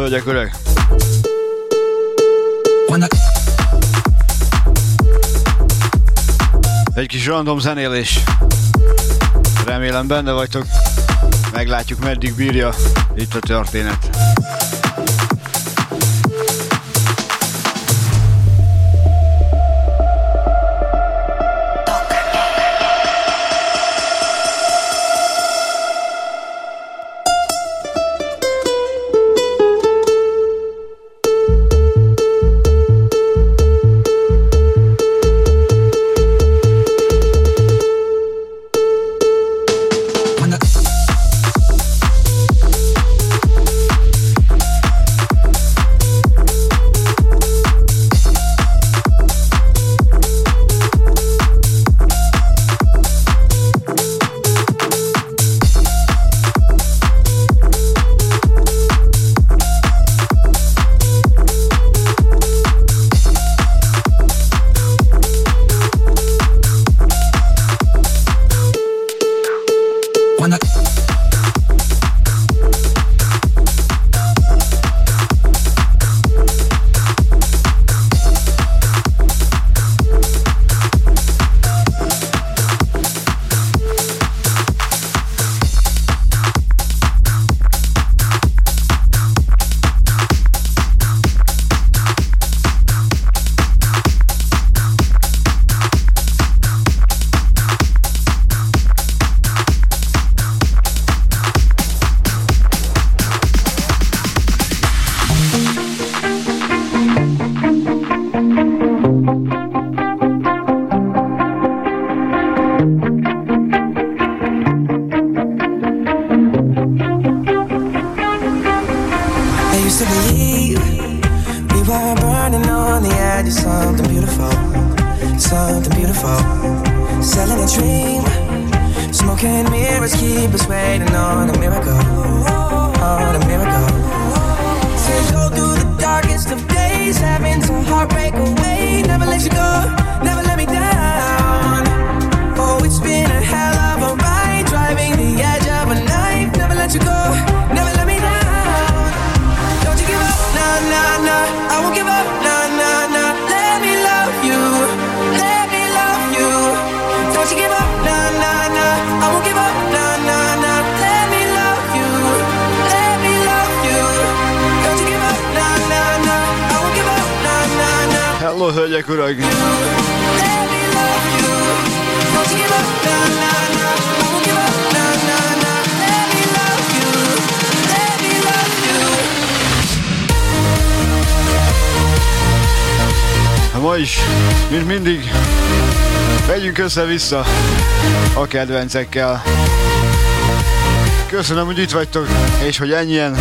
hölgyek, öreg! Egy kis random zenélés. Remélem benne vagytok. Meglátjuk, meddig bírja itt a történet. Ma is, mint mindig, megyünk össze-vissza a kedvencekkel. Köszönöm, hogy itt vagytok, és hogy ennyien.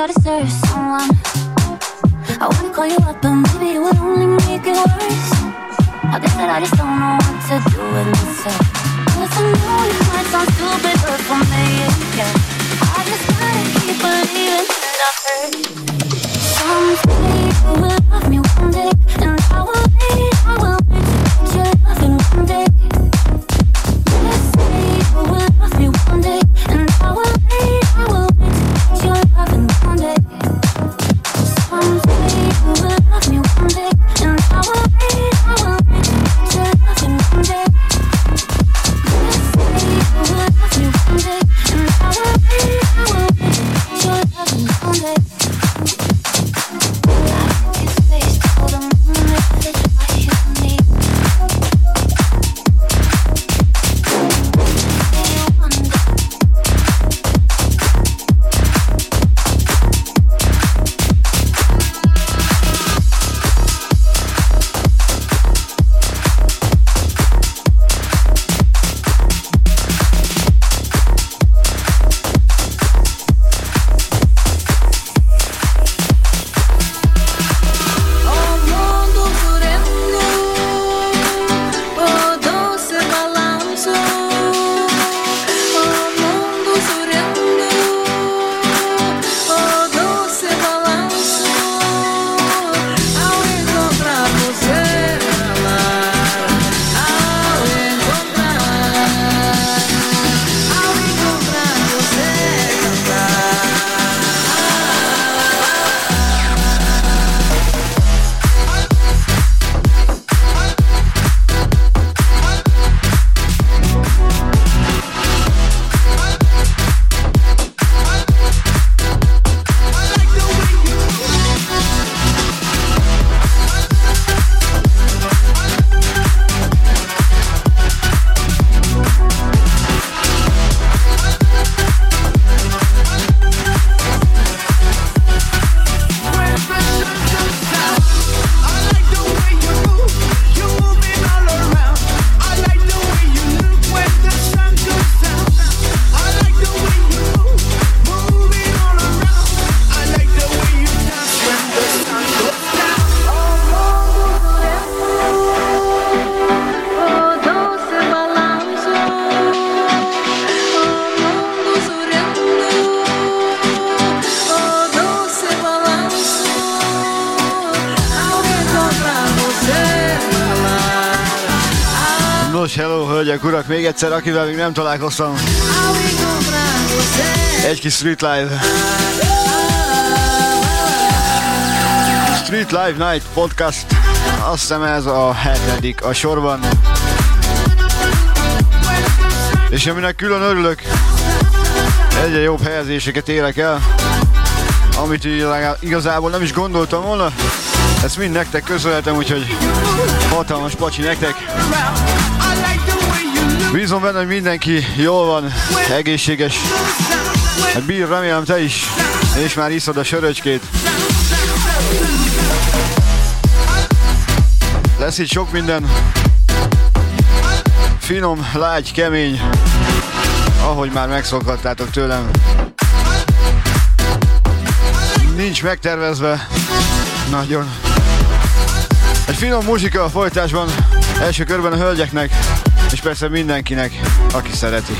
you deserve someone. I wanna call you up, but maybe it would only make it worse. I guess that I just don't know what to do with myself. Cause I know it might sound stupid, but for me it can. I just gotta keep believing that I've heard. Someday you will love me one day, and I will wait to get your loving one day. Just say you will love me one day, and I will wait to get your loving one day. Someday you will love me one day, and I will wait to get your loving one day. Just say you will love me one day, and I will wait to get your loving one day. Hölgyek, urak, még egyszer, akivel még nem találkoztam. Egy kis Street Live. Street Live Night Podcast. Azt hiszem ez a 7. a sorban. És aminek külön örülök, egyre jobb helyezéseket érek el, amit igazából nem is gondoltam volna. Ezt mind nektek köszönhetem, úgyhogy hatalmas pacsi nektek. Bízom benne, hogy mindenki jól van, egészséges. Hát Bill, remélem te is, és már iszod a söröcskét. Lesz itt sok minden. Finom, lágy, kemény, ahogy már megszokhattátok tőlem. Nincs megtervezve. Nagyon. Egy finom muzsika a folytásban, első körben a hölgyeknek, és persze mindenkinek, aki szereti.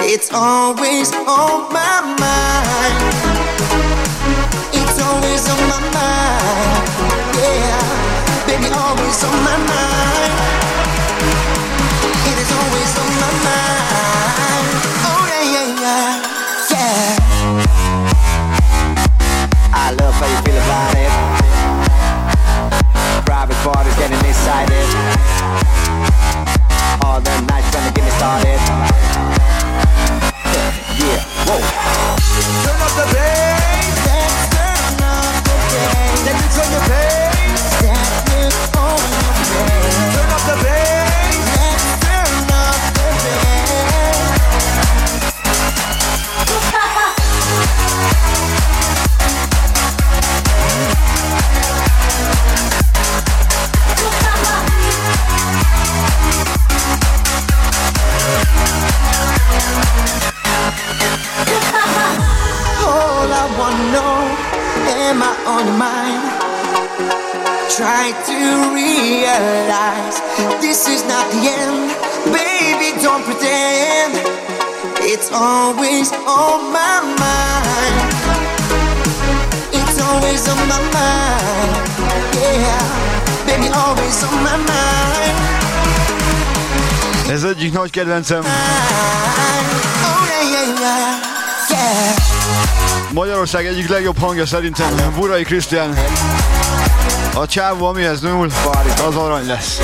It's always on my mind. It's always on my mind. Yeah, baby, always on my mind. It is always on my mind. Oh yeah, yeah, yeah, yeah. I love how you feel about it. Private parties getting excited. All the nights gonna get me started. Yeah, whoa. Turn up the bass. Let's turn up the bass. Let me turn the bass. That is on your face. Turn up the bass. Let's turn up the bass. All I wanna know, am I on your mind? Try to realize this is not the end. Baby, don't pretend. It's always on my mind. It's always on my mind. Yeah, baby, always on my mind. Ez egyik nagy kedvencem. Magyarország egyik legjobb hangja szerintem Burai Krisztián. A csávó, amihez nyúl, az arany lesz.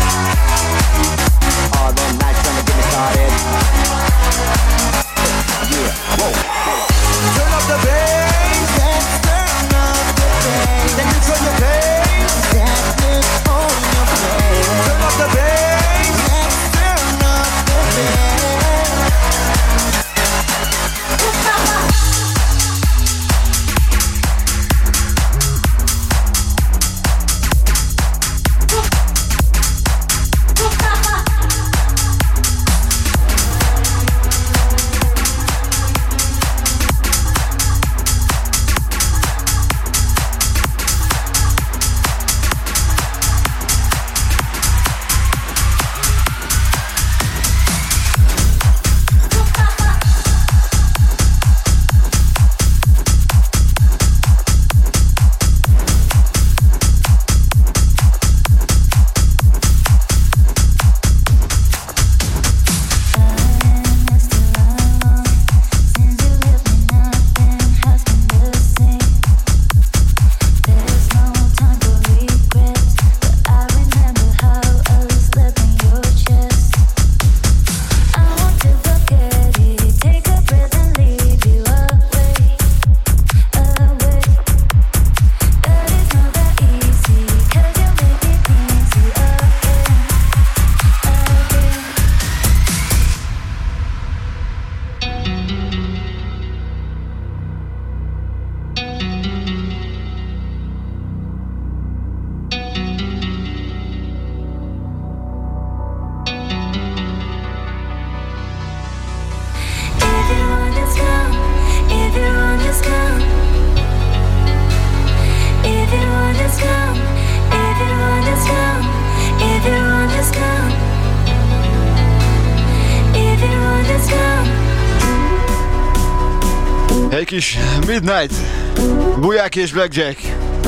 Egy kis Midnight, Buják és Blackjack.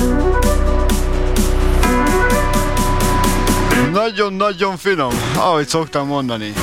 Nagyon-nagyon finom, ahogy szoktam mondani.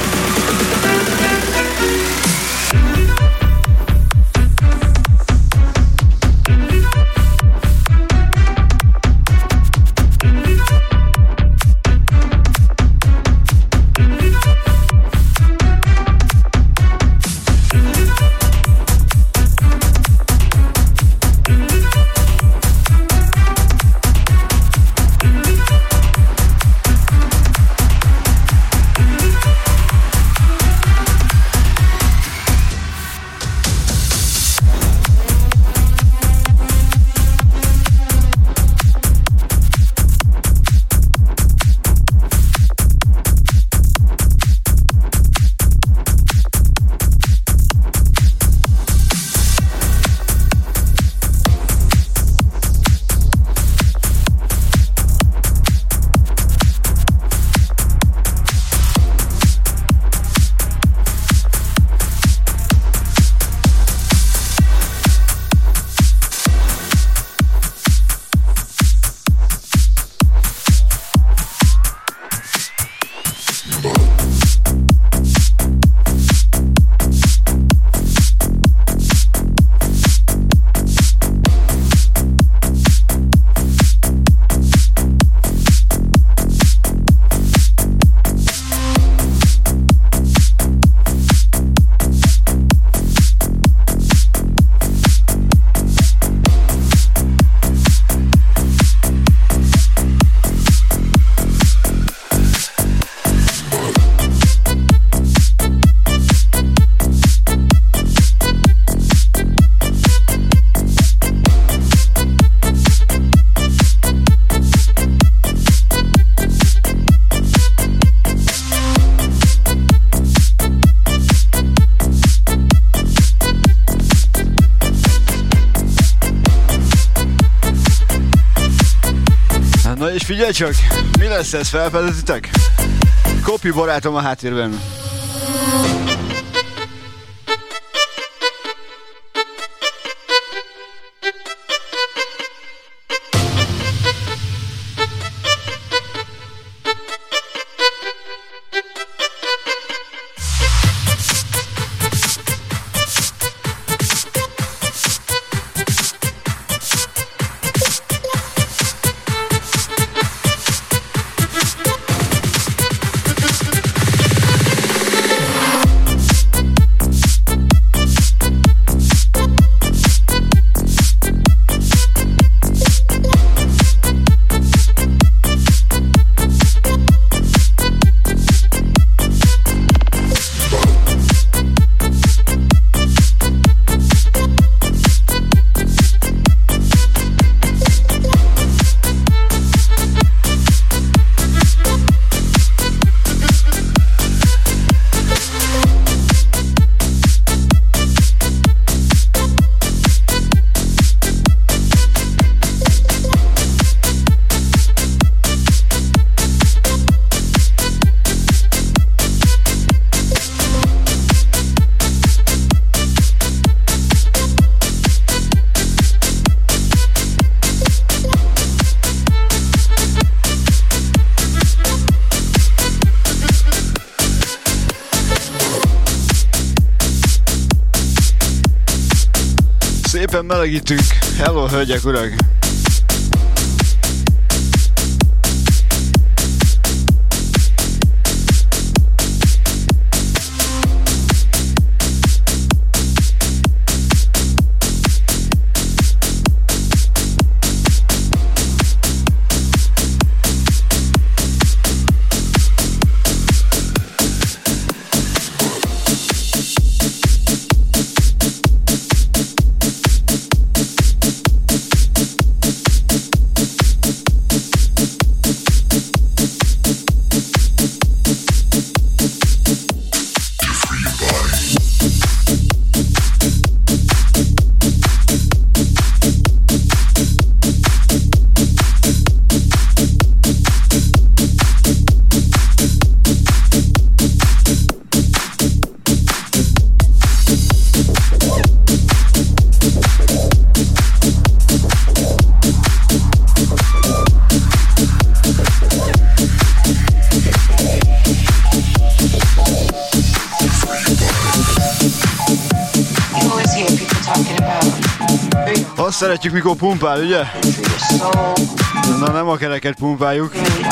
Na és figyelj csak, mi lesz ez, felfedeztitek? Kopi barátom a háttérben. Szépen melegítünk. Hello, hölgyek, urak! Szeretjük, mikor pumpál, ugye? Na, nem a kereket pumpáljuk.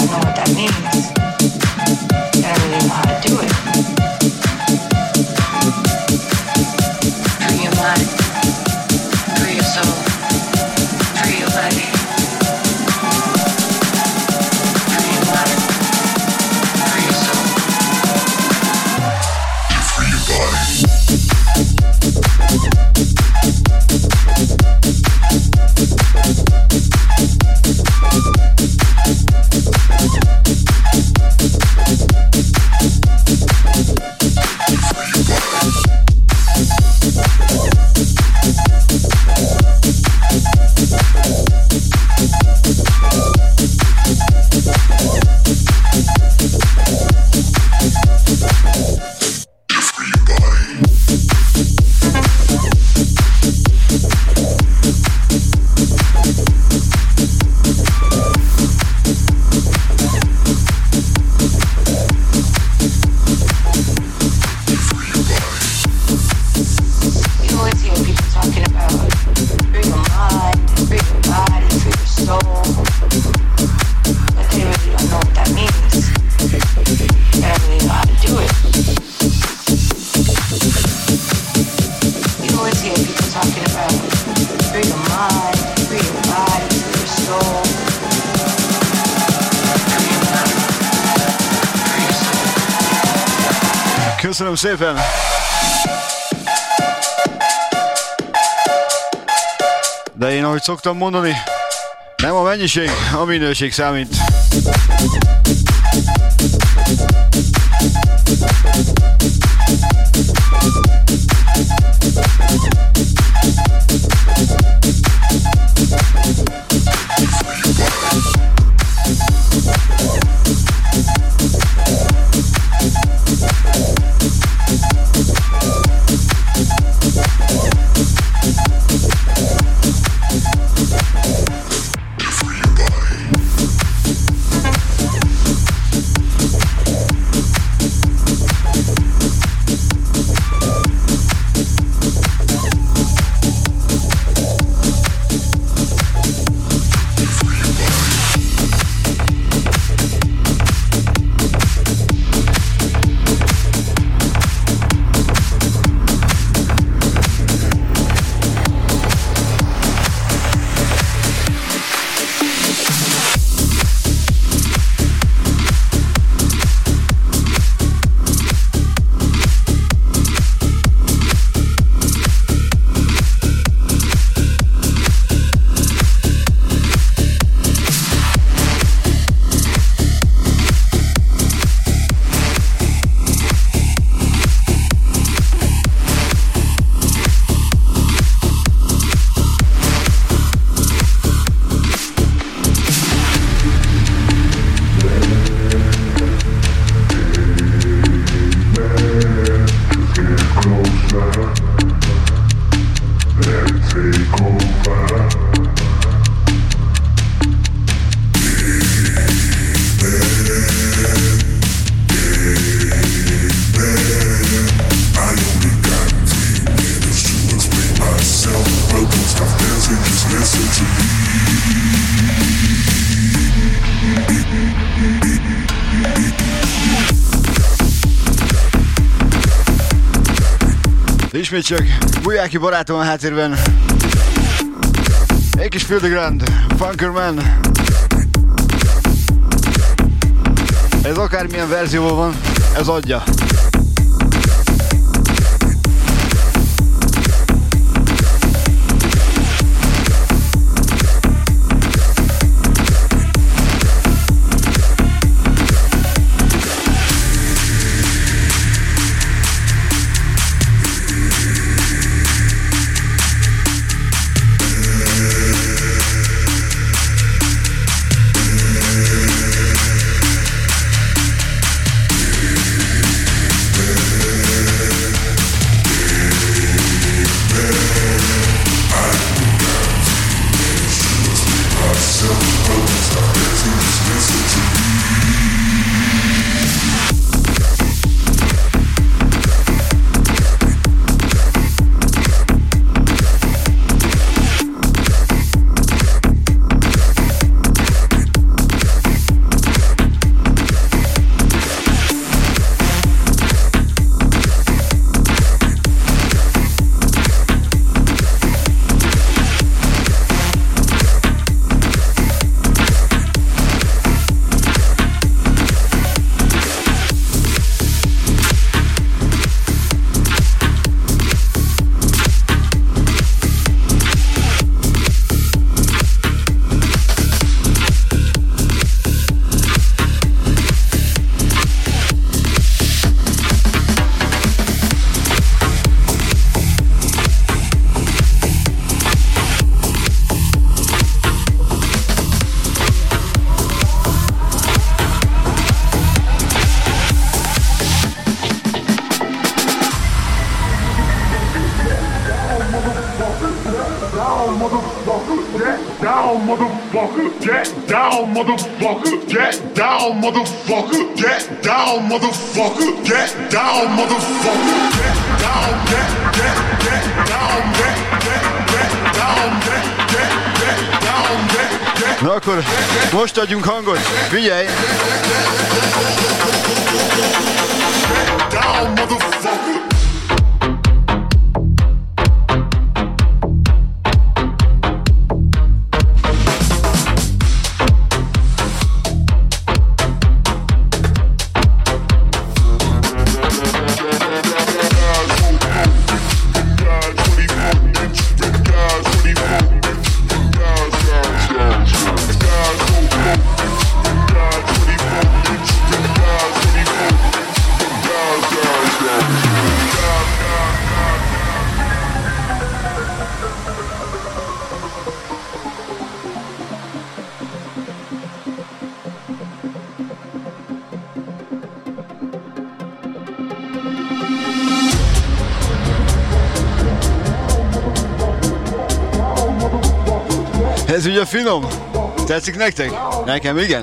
Köszönöm szépen! De én, ahogy szoktam mondani, nem a mennyiség, a minőség számít. Ismét csak Bujáki barátom a háttérben. Egy kis Feel the Grand, Funkerman. Ez akármilyen verzióban van, ez adja. Na akkor most adjunk hangot, figyelj! Ez ugye finom? Tetszik nektek? Nekem igen?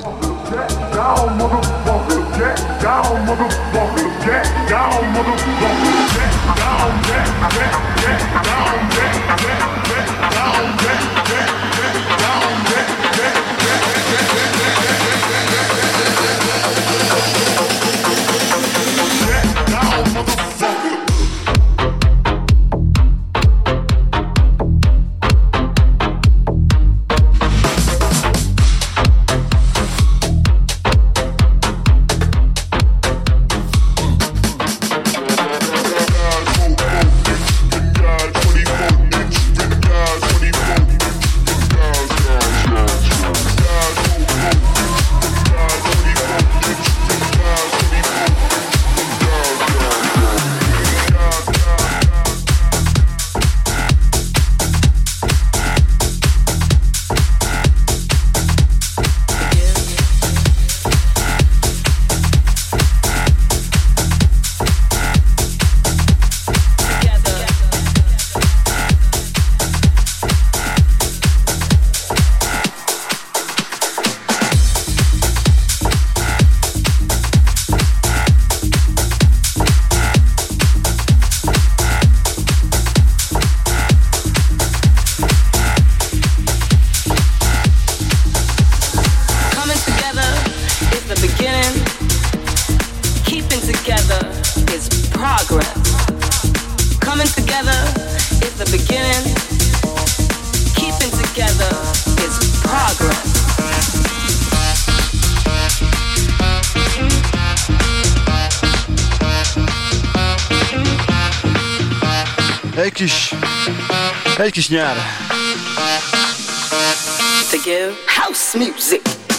together is the beginning. Keeping together is progress. Egy kis nyár. To give house music.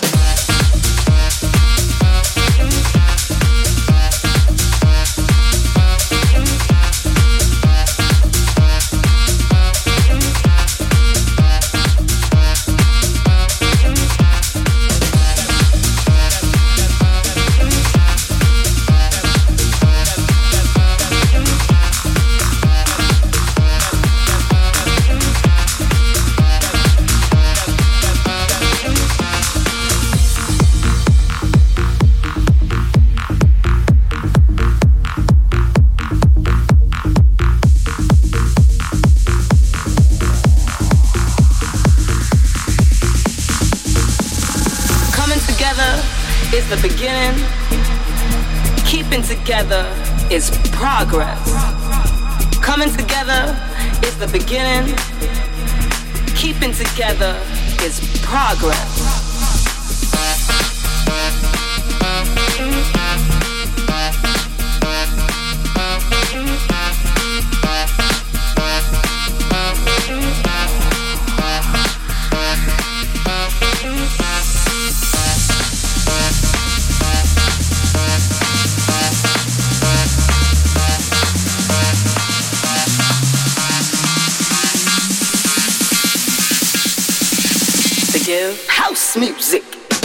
Is the beginning. Keeping together is progress. Coming together is the beginning. Keeping together is progress. Give house music.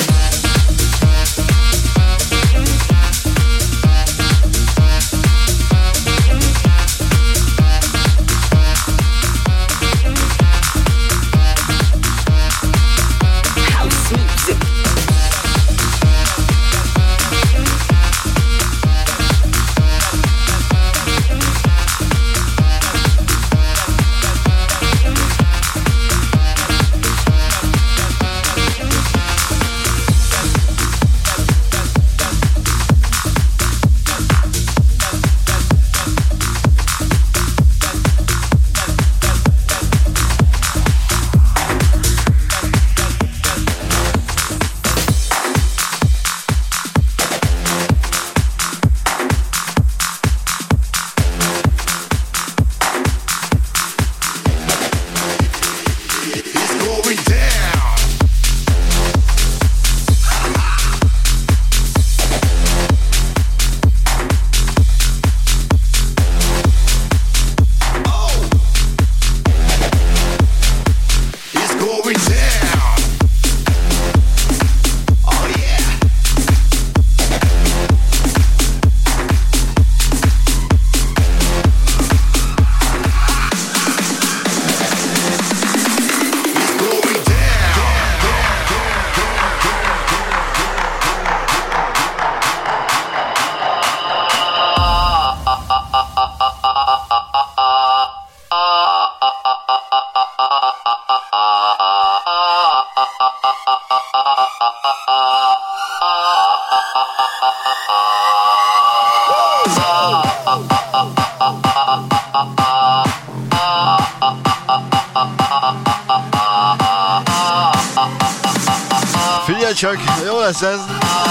Figyelj csak, jó lesz ez.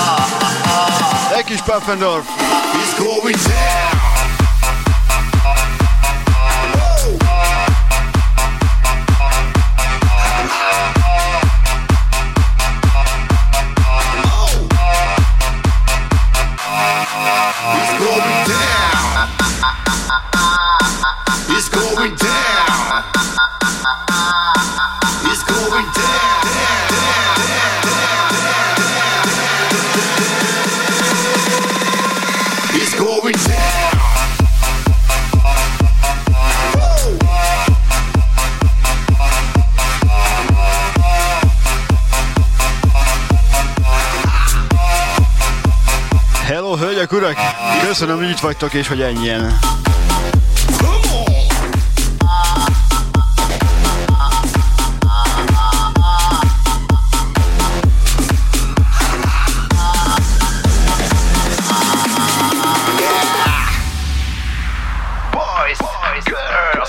Egy kis Pfaffendorf. It's going down. Hello, hölgyek, urak! Köszönöm, hogy itt vagytok, és hogy ennyien. Boys, girls,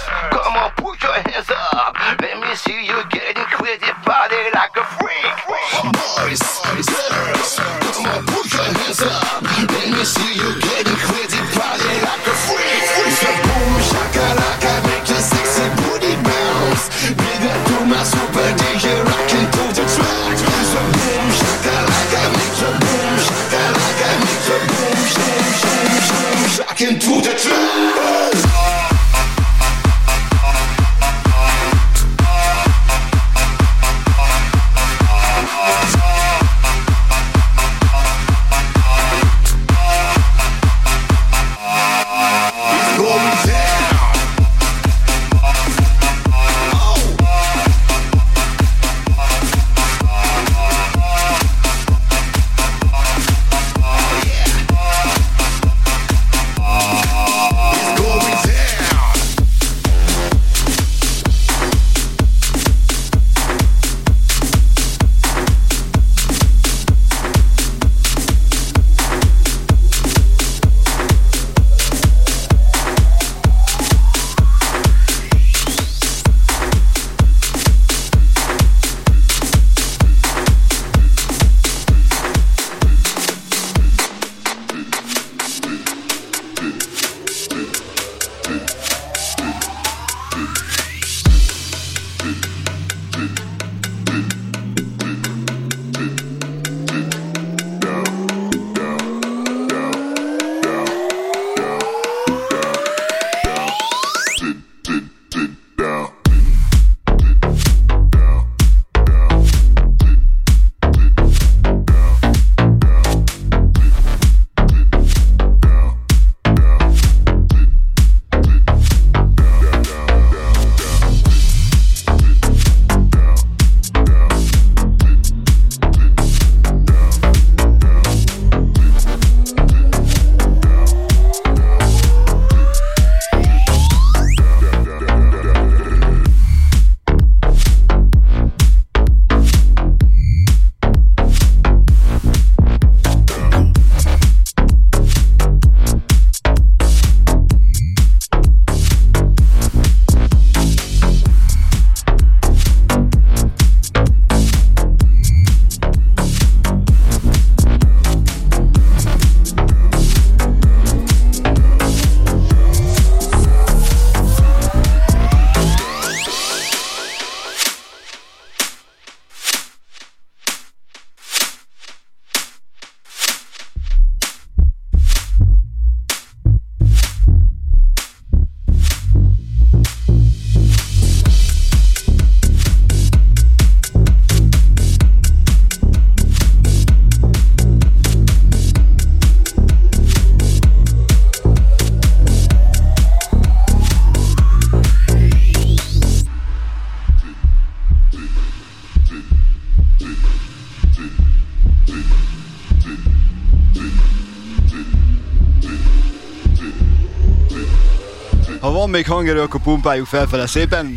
Ha van még hangerő, akkor pumpáljuk felfele szépen.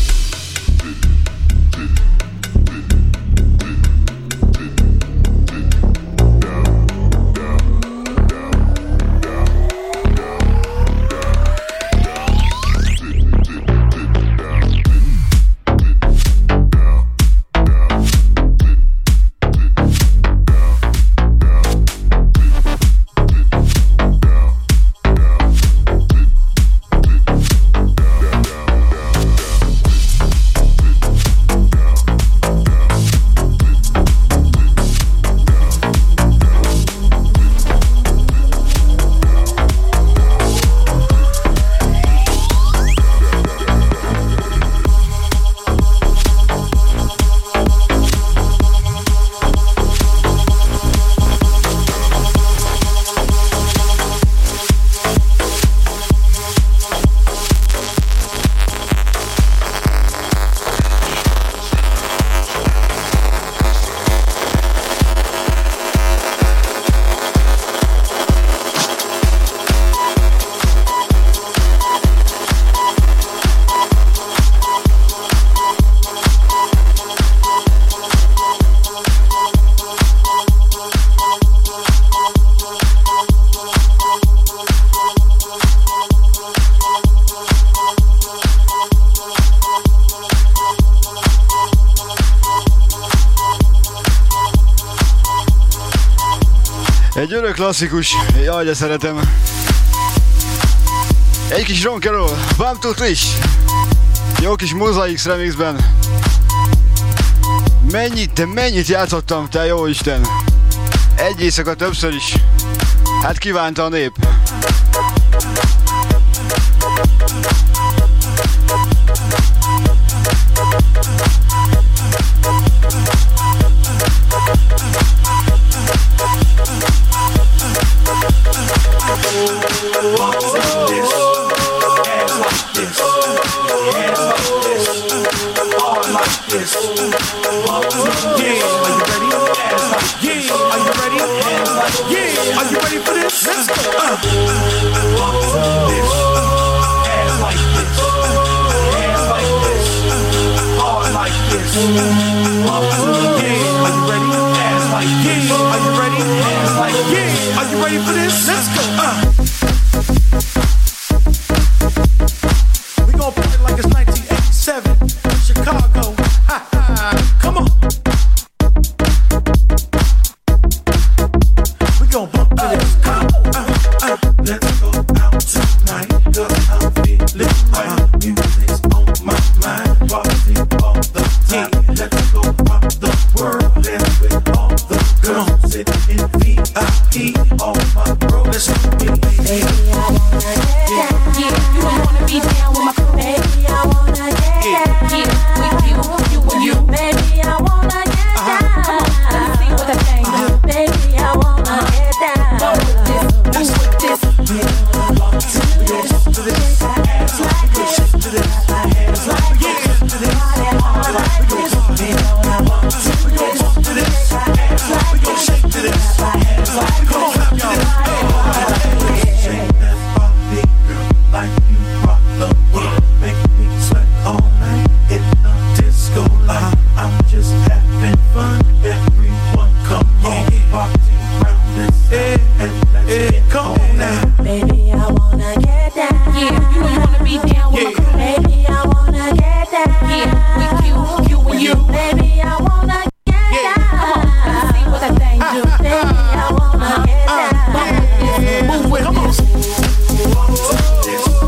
Egy örök klasszikus, jaj, de szeretem. Egy kis rock and roll, Bump to Trish. Jó kis Mosaics remixben. Mennyit játszottam, te jó Isten. Egy éjszaka többször is. Hát kívánta a nép.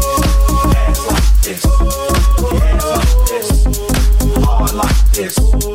This